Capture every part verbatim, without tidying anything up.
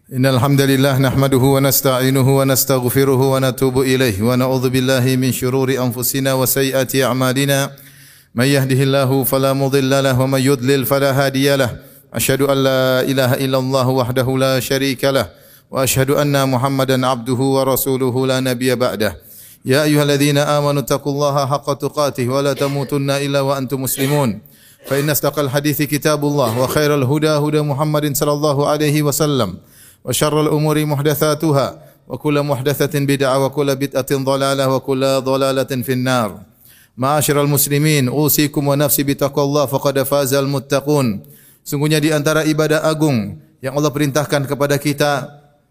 Innal hamdalillah nahmaduhu wa nasta'inuhu wa nastaghfiruhu wa natubu ilaihi wa na'udzu billahi min shururi anfusina wa sayyiati a'malina. May yahdihillahu fala mudilla lahu wa may yudlil fala hadiya lahu. Asyhadu an la ilaha illallah wahdahu la syarika lahu wa asyhadu anna Muhammadan abduhu wa rasuluhu la nabiyya ba'dah. Ya ayyuhalladzina amanu taqullaha haqqa tuqatih wa la tamutunna illa wa antum muslimun. Fa inna asdaqal hadithi kitabullah wa khairal huda huda Muhammadin sallallahu alaihi wasallam. Wa syarrul umuri muhdatsatuha wa kullu muhdatsatin bid'ah wa kullu bid'atin dhalalah wa kullu dhalalatin finnar. Ma'asyiral muslimin, usikum wa nafsi bitaqwallah faqad fazal muttaqun. Sungguhnya di antara ibadah agung yang Allah perintahkan kepada kita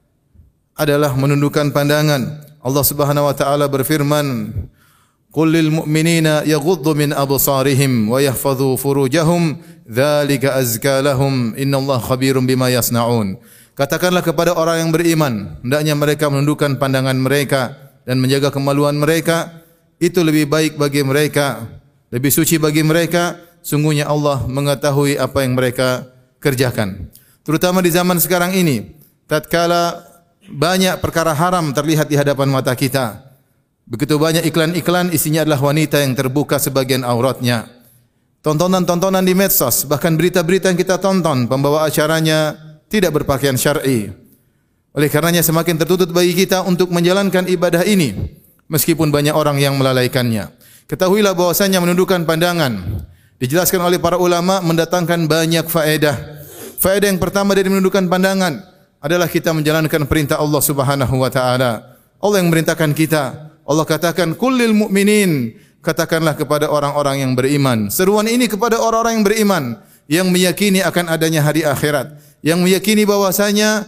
adalah menundukkan pandangan. Allah Subhanahu wa taala berfirman, "Qul lil mu'minina yaghuddu min absarihim wa yahfazu furujahum, dzalika azka lahum, innallaha khabirum bima yasnaun." Katakanlah kepada orang yang beriman, hendaknya mereka menundukkan pandangan mereka dan menjaga kemaluan mereka. Itu lebih baik bagi mereka, lebih suci bagi mereka. Sungguhnya Allah mengetahui apa yang mereka kerjakan. Terutama di zaman sekarang ini, tatkala banyak perkara haram terlihat di hadapan mata kita. Begitu banyak iklan-iklan isinya adalah wanita yang terbuka sebagian auratnya. Tontonan-tontonan di medsos, bahkan berita-berita yang kita tonton, pembawa acaranya tidak berpakaian syar'i. Oleh karenanya semakin tertutup bagi kita untuk menjalankan ibadah ini meskipun banyak orang yang melalaikannya. Ketahuilah bahwasanya menundukkan pandangan dijelaskan oleh para ulama mendatangkan banyak faedah. Faedah yang pertama dari menundukkan pandangan adalah kita menjalankan perintah Allah Subhanahu wa taala. Allah yang memerintahkan kita. Allah katakan kullil mu'minin, katakanlah kepada orang-orang yang beriman. Seruan ini kepada orang-orang yang beriman yang meyakini akan adanya hari akhirat, yang meyakini bahwasanya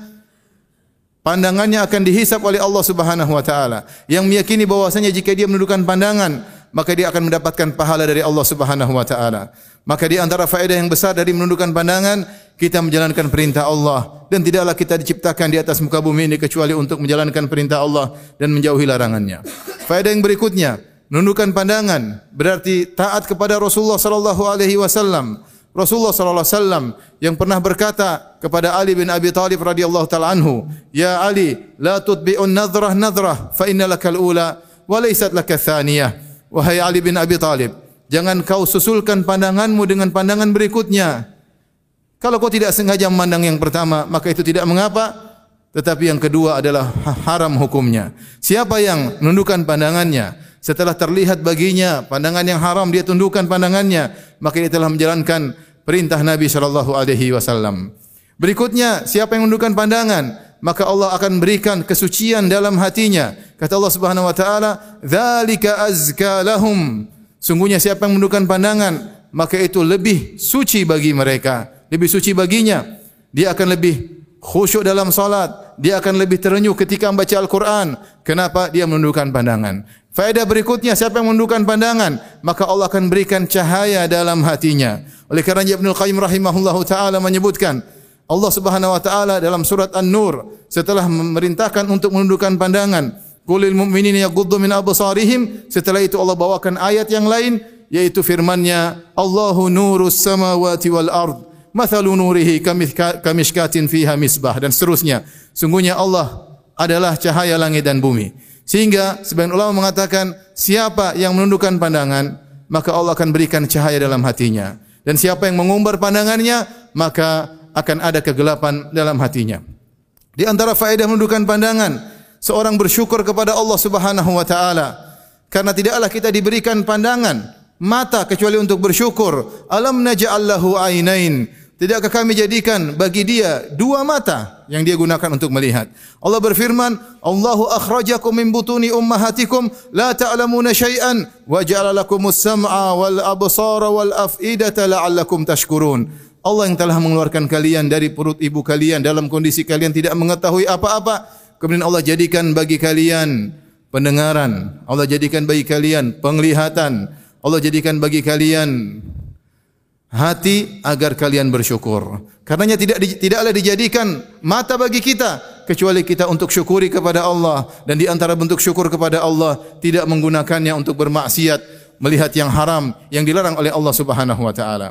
pandangannya akan dihisab oleh Allah Subhanahu wa taala, yang meyakini bahwasanya jika dia menundukkan pandangan maka dia akan mendapatkan pahala dari Allah Subhanahu wa taala. Maka di antara faedah yang besar dari menundukkan pandangan, kita menjalankan perintah Allah, dan tidaklah kita diciptakan di atas muka bumi ini kecuali untuk menjalankan perintah Allah dan menjauhi larangannya. Faedah yang berikutnya, menundukkan pandangan berarti taat kepada Rasulullah sallallahu alaihi wasallam. Rasulullah sallallahu alaihi wasallam yang pernah berkata kepada Ali bin Abi Thalib radhiyallahu taala anhu, "Ya Ali, la tutbi'un nadhrah nadhrah fa inna lakal ula wa laysat lakat thaniyah." Wahai Ali bin Abi Thalib, jangan kau susulkan pandanganmu dengan pandangan berikutnya. Kalau kau tidak sengaja memandang yang pertama, maka itu tidak mengapa, tetapi yang kedua adalah haram hukumnya. Siapa yang menundukkan pandangannya setelah terlihat baginya pandangan yang haram, dia tundukkan pandangannya, maka dia telah menjalankan perintah Nabi sallallahu alaihi wasallam. Berikutnya, siapa yang menundukkan pandangan, maka Allah akan berikan kesucian dalam hatinya. Kata Allah Subhanahu wa taala, "Dzalika azka lahum." Sungguhnya siapa yang menundukkan pandangan, maka itu lebih suci bagi mereka, lebih suci baginya. Dia akan lebih khusyuk dalam salat, dia akan lebih terenyuh ketika membaca Al-Qur'an. Kenapa? Dia menundukkan pandangan. Faedah berikutnya, siapa yang menundukkan pandangan, maka Allah akan berikan cahaya dalam hatinya. Oleh karena Ibnu Qayyim rahimahullahu taala menyebutkan, Allah Subhanahu wa taala dalam surat An-Nur setelah memerintahkan untuk menundukkan pandangan, qulil mu'minina yaghuddu min absarihim, setelah itu Allah bawakan ayat yang lain yaitu firman-Nya, Allahu nurus samawati wal ard, mathalu nurihi kamishkatin fiha misbah, dan seterusnya. Sungguhnya Allah adalah cahaya langit dan bumi. Sehingga sebagian ulama mengatakan siapa yang menundukkan pandangan, maka Allah akan berikan cahaya dalam hatinya, dan siapa yang mengumbar pandangannya, maka akan ada kegelapan dalam hatinya. Di antara faedah menundukkan pandangan, seorang bersyukur kepada Allah Subhanahu wa taala, karena tidaklah kita diberikan pandangan mata kecuali untuk bersyukur. Alam naj'al lahu ainain, tidakkah kami jadikan bagi dia dua mata yang dia gunakan untuk melihat. Allah berfirman, Allahu akhrajakum min butuni ummahatikum la ta'lamuna syai'an wa ja'ala lakumus sam'a wal absara wal af'idata la'allakum tashkurun. Allah yang telah mengeluarkan kalian dari perut ibu kalian dalam kondisi kalian tidak mengetahui apa-apa. Kemudian Allah jadikan bagi kalian pendengaran, Allah jadikan bagi kalian penglihatan, Allah jadikan bagi kalian hati agar kalian bersyukur. Karenanya tidak tidaklah dijadikan mata bagi kita kecuali kita untuk syukuri kepada Allah, dan di antara bentuk syukur kepada Allah tidak menggunakannya untuk bermaksiat, melihat yang haram yang dilarang oleh Allah Subhanahu wa taala.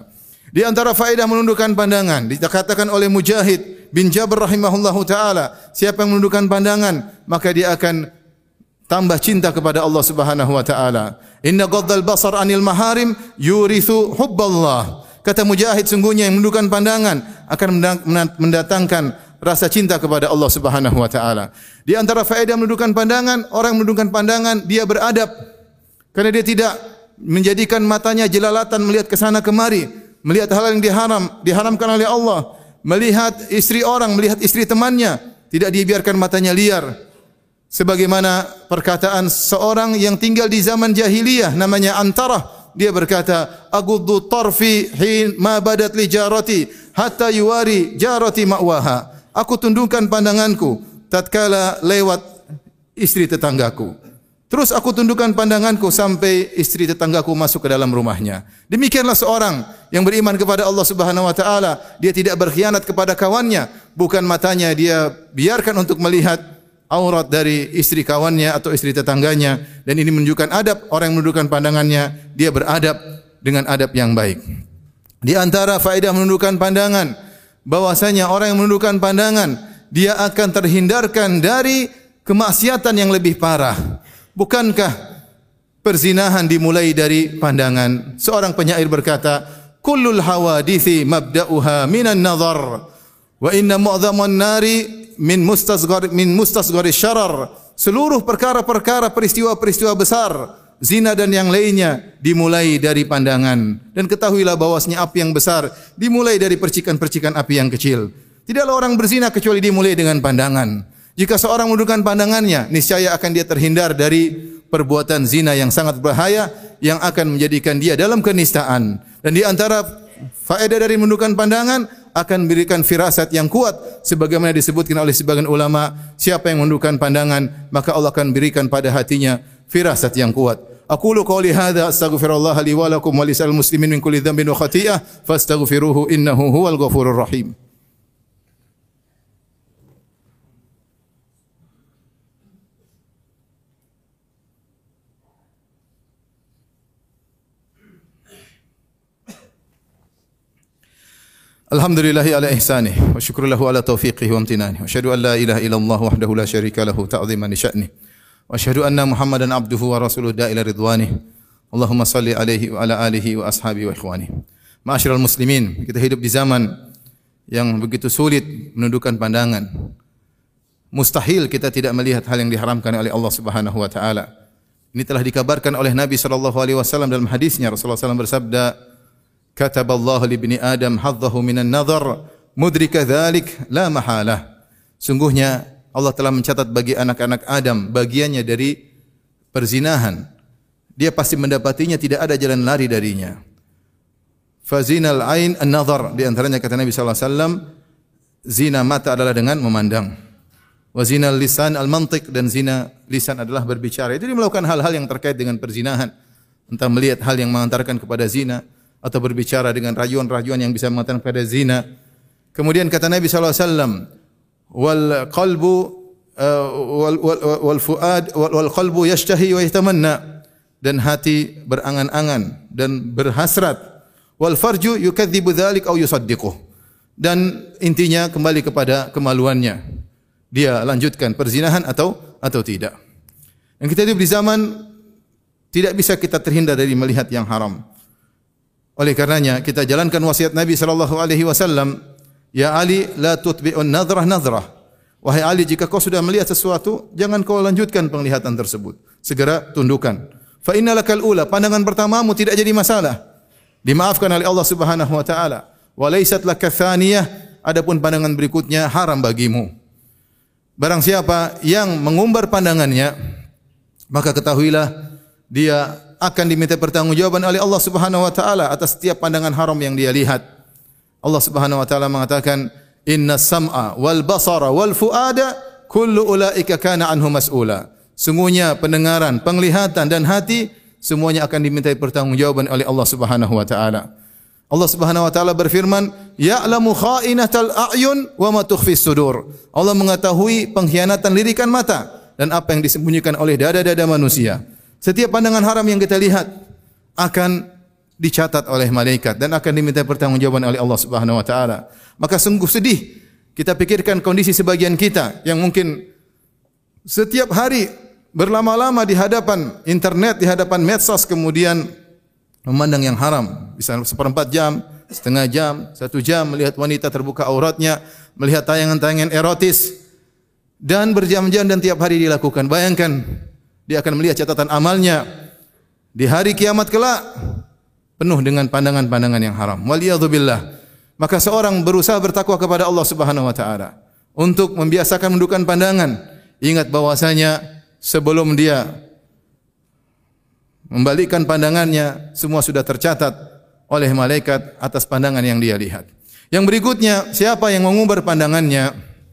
Di antara faedah menundukkan pandangan, dikatakan oleh Mujahid bin Jabr rahimahullahu taala, siapa yang menundukkan pandangan, maka dia akan tambah cinta kepada Allah Subhanahu wa taala. Inna ghaddal basar anil maharim yurithu hubballah. Kata Mujahid, sungguhnya yang menundukkan pandangan akan mendatangkan rasa cinta kepada Allah Subhanahu wa taala. Di antara faedah menundukkan pandangan, orang yang menundukkan pandangan dia beradab. Karena dia tidak menjadikan matanya jelalatan melihat ke sana kemari, melihat hal yang diharam, diharamkan oleh Allah, melihat istri orang, melihat istri temannya, tidak dibiarkan matanya liar. Sebagaimana perkataan seorang yang tinggal di zaman jahiliyah namanya Antarah, dia berkata, "Aghuddu tarfi hin ma badat li jarati hatta yuwari jarati ma'waha." Aku tundukkan pandanganku tatkala lewat istri tetanggaku. Terus aku tundukkan pandanganku sampai istri tetanggaku masuk ke dalam rumahnya. Demikianlah seorang yang beriman kepada Allah Subhanahu wa taala, dia tidak berkhianat kepada kawannya, bukan matanya dia biarkan untuk melihat aurat dari istri kawannya atau istri tetangganya, dan ini menunjukkan adab. Orang yang menundukkan pandangannya, dia beradab dengan adab yang baik. Di antara faedah menundukkan pandangan, bahwasanya orang yang menundukkan pandangan, dia akan terhindarkan dari kemaksiatan yang lebih parah. Bukankah perzinahan dimulai dari pandangan? Seorang penyair berkata, "Kullul hawadithi mabda'uha minan nazar, wa inna mu'dhaman nari min mustasghar min mustasghari syarar." Seluruh perkara-perkara peristiwa-peristiwa besar, zina dan yang lainnya dimulai dari pandangan. Dan ketahuilah bahwasanya api yang besar dimulai dari percikan-percikan api yang kecil. Tidaklah orang berzina kecuali dimulai dengan pandangan. Jika seorang menundukkan pandangannya, niscaya akan dia terhindar dari perbuatan zina yang sangat berbahaya yang akan menjadikan dia dalam kenistaan. Dan di antara faedah dari menundukkan pandangan akan memberikan firasat yang kuat, sebagaimana disebutkan oleh sebagian ulama, siapa yang menundukkan pandangan maka Allah akan berikan pada hatinya firasat yang kuat. Aqulu qouli hadza astaghfirullah li wa lakum wa lisal muslimin min kulli dhanbin wa khati'ah fastaghfiruhu innahu huwal ghafurur rahim. Alhamdulillahi ala ihsanih wa syukru lahu ala taufiqihi wa amtinanih wa asyhadu an la ilaha illallah wahdahu la syarika lahu ta'ziman li sya'nih wa asyhadu anna Muhammadan abduhu wa rasuluhu da'ila ridwanih. Allahumma salli alaihi wa ala alihi wa ashabihi wa ikhwanih. Ma'asyiral muslimin, kita hidup di zaman yang begitu sulit menundukkan pandangan. Mustahil kita tidak melihat hal yang diharamkan oleh Allah Subhanahu wa taala. Ini telah dikabarkan oleh Nabi sallallahu alaihi wasallam dalam hadisnya. Rasulullah sallallahu alaihi wasallam bersabda, "Kataballahu li ibni Adam hadzahu minan nadhar mudrika dzalik la mahalah." Sungguhnya Allah telah mencatat bagi anak-anak Adam bagiannya dari perzinahan. Dia pasti mendapatinya, tidak ada jalan lari darinya. Fazinal ain an-nadhar, di antaranya kata Nabi sallallahu alaihi wasallam, zina mata adalah dengan memandang. Wa zinal lisan al-mantiq, dan zina lisan adalah berbicara. Itu dia melakukan hal-hal yang terkait dengan perzinahan, entah melihat hal yang mengantarkan kepada zina atau berbicara dengan rayuan-rayuan yang bisa mengantarkan kepada zina. Kemudian kata Nabi sallallahu alaihi wasallam, wal qalbu uh, wal, wal, wal fuad wal, wal qalbu yashtahi wa yatamanna, dan hati berangan-angan dan berhasrat. Wal farju yukadzibu dzalik aw yusaddiquh, dan intinya kembali kepada kemaluannya, dia lanjutkan perzinahan atau atau tidak. Yang kita hidup di zaman tidak bisa kita terhindar dari melihat yang haram. Oleh karenanya kita jalankan wasiat Nabi sallallahu alaihi wasallam, "Ya Ali, la tutbi'un nadhrah nadhrah." Wahai Ali, jika kau sudah melihat sesuatu, jangan kau lanjutkan penglihatan tersebut. Segera tundukkan. Fa innalakal ula, pandangan pertamamu tidak jadi masalah, dimaafkan oleh Allah Subhanahu wa taala. Wa laysat lakatsaniyah, adapun pandangan berikutnya haram bagimu. Barang siapa yang mengumbar pandangannya, maka ketahuilah dia akan diminta pertanggungjawaban oleh Allah Subhanahu wa taala atas setiap pandangan haram yang dia lihat. Allah Subhanahu wa taala mengatakan, "Innas sam'a wal basara wal fuada kullu ulaika kana anhu mas'ula." Sungguhnya pendengaran, penglihatan dan hati semuanya akan dimintai pertanggungjawaban oleh Allah Subhanahu wa taala. Allah Subhanahu wa taala berfirman, "Ya'lamu kha'inatal a'yun wa ma tukhfis sudur." Allah mengetahui pengkhianatan lirikan mata dan apa yang disembunyikan oleh dada-dada manusia. Setiap pandangan haram yang kita lihat akan dicatat oleh malaikat dan akan diminta pertanggungjawaban oleh Allah Subhanahu wa taala. Maka sungguh sedih kita pikirkan kondisi sebagian kita yang mungkin setiap hari berlama-lama di hadapan internet, di hadapan medsos, kemudian memandang yang haram, bisa seperempat jam, setengah jam, satu jam melihat wanita terbuka auratnya, melihat tayangan-tayangan erotis, dan berjam-jam dan tiap hari dilakukan. Bayangkan, dia akan melihat catatan amalnya di hari kiamat kelak penuh dengan pandangan-pandangan yang haram. Waliyadzubillah. Maka seorang berusaha bertakwa kepada Allah Subhanahu wa taala untuk membiasakan menundukkan pandangan. Ingat bahwasanya sebelum dia membalikkan pandangannya, semua sudah tercatat oleh malaikat atas pandangan yang dia lihat. Yang berikutnya, siapa yang mengumbar pandangannya,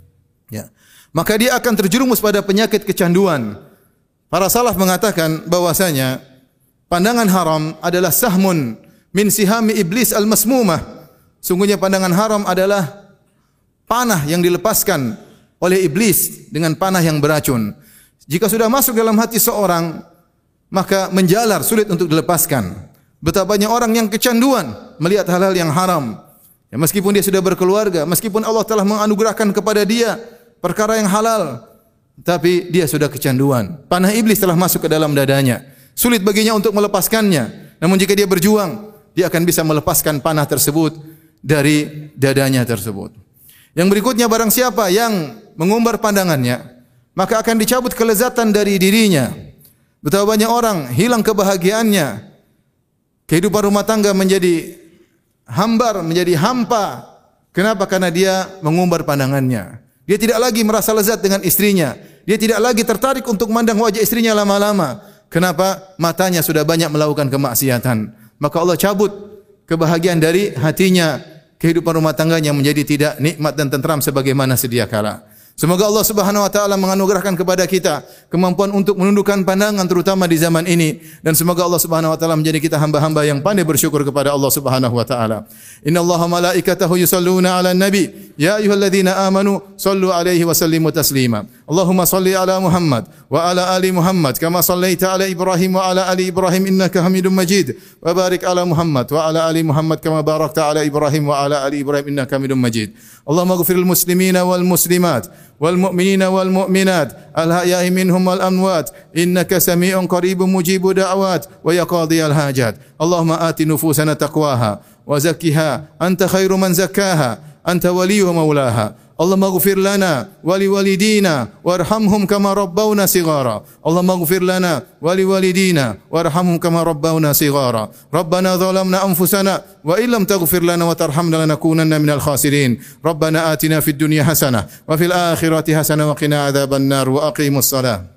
ya, maka dia akan terjerumus pada penyakit kecanduan. Para salaf mengatakan bahwasanya pandangan haram adalah sahmun min sihami iblis al-masmumah. Sungguhnya pandangan haram adalah panah yang dilepaskan oleh iblis dengan panah yang beracun. Jika sudah masuk dalam hati seorang, maka menjalar, sulit untuk dilepaskan. Betapa banyak orang yang kecanduan melihat hal-hal yang haram. Ya, meskipun dia sudah berkeluarga, meskipun Allah telah menganugerahkan kepada dia perkara yang halal, tapi dia sudah kecanduan. Panah iblis telah masuk ke dalam dadanya. Sulit baginya untuk melepaskannya. Namun jika dia berjuang, dia akan bisa melepaskan panah tersebut dari dadanya tersebut. Yang berikutnya, barang siapa yang mengumbar pandangannya, maka akan dicabut kelezatan dari dirinya. Betapa banyak orang hilang kebahagiaannya. Kehidupan rumah tangga menjadi hambar, menjadi hampa. Kenapa? Karena dia mengumbar pandangannya. Dia tidak lagi merasa lezat dengan istrinya. Dia tidak lagi tertarik untuk memandang wajah istrinya lama-lama. Kenapa? Matanya sudah banyak melakukan kemaksiatan. Maka Allah cabut kebahagiaan dari hatinya. Kehidupan rumah tangganya menjadi tidak nikmat dan tentram sebagaimana sedia kala. Semoga Allah Subhanahu wa taala menganugerahkan kepada kita kemampuan untuk menundukkan pandangan terutama di zaman ini, dan semoga Allah Subhanahu wa taala menjadi kita hamba-hamba yang pandai bersyukur kepada Allah Subhanahu wa taala. Innallaha malaikatahu yusalluna 'alan nabi ya ayyuhalladzina amanu sallu 'alaihi wa sallimu taslima. Allahumma salli 'ala Muhammad wa 'ala ali Muhammad kama sallaita 'ala Ibrahim wa 'ala ali Ibrahim innaka Hamidum Majid. Wa barik 'ala Muhammad wa 'ala ali Muhammad kama barakta 'ala Ibrahim wa 'ala ali Ibrahim innaka Hamidum Majid. Allahumma ighfiril muslimina wal muslimat والمؤمنين والمؤمنات الأحياء منهم والأموات إنك سميع قريب مجيب دعوات ويا قاضي الحاجات اللهم آت نفوسنا تقواها وزكها أنت خير من زكاها أنت ولي ومولاها اللهم اغفر لنا ولوالدينا وارحمهم كما ربونا صغارا اللهم اغفر لنا ولوالدينا وارحمهم كما ربونا صغارا ربنا ظلمنا أنفسنا وإن لم تغفر لنا وترحمنا لنكونن من الخاسرين ربنا آتنا في الدنيا حسنة وفي الآخرة حسنة وقنا عذاب النار وأقيموا الصلاة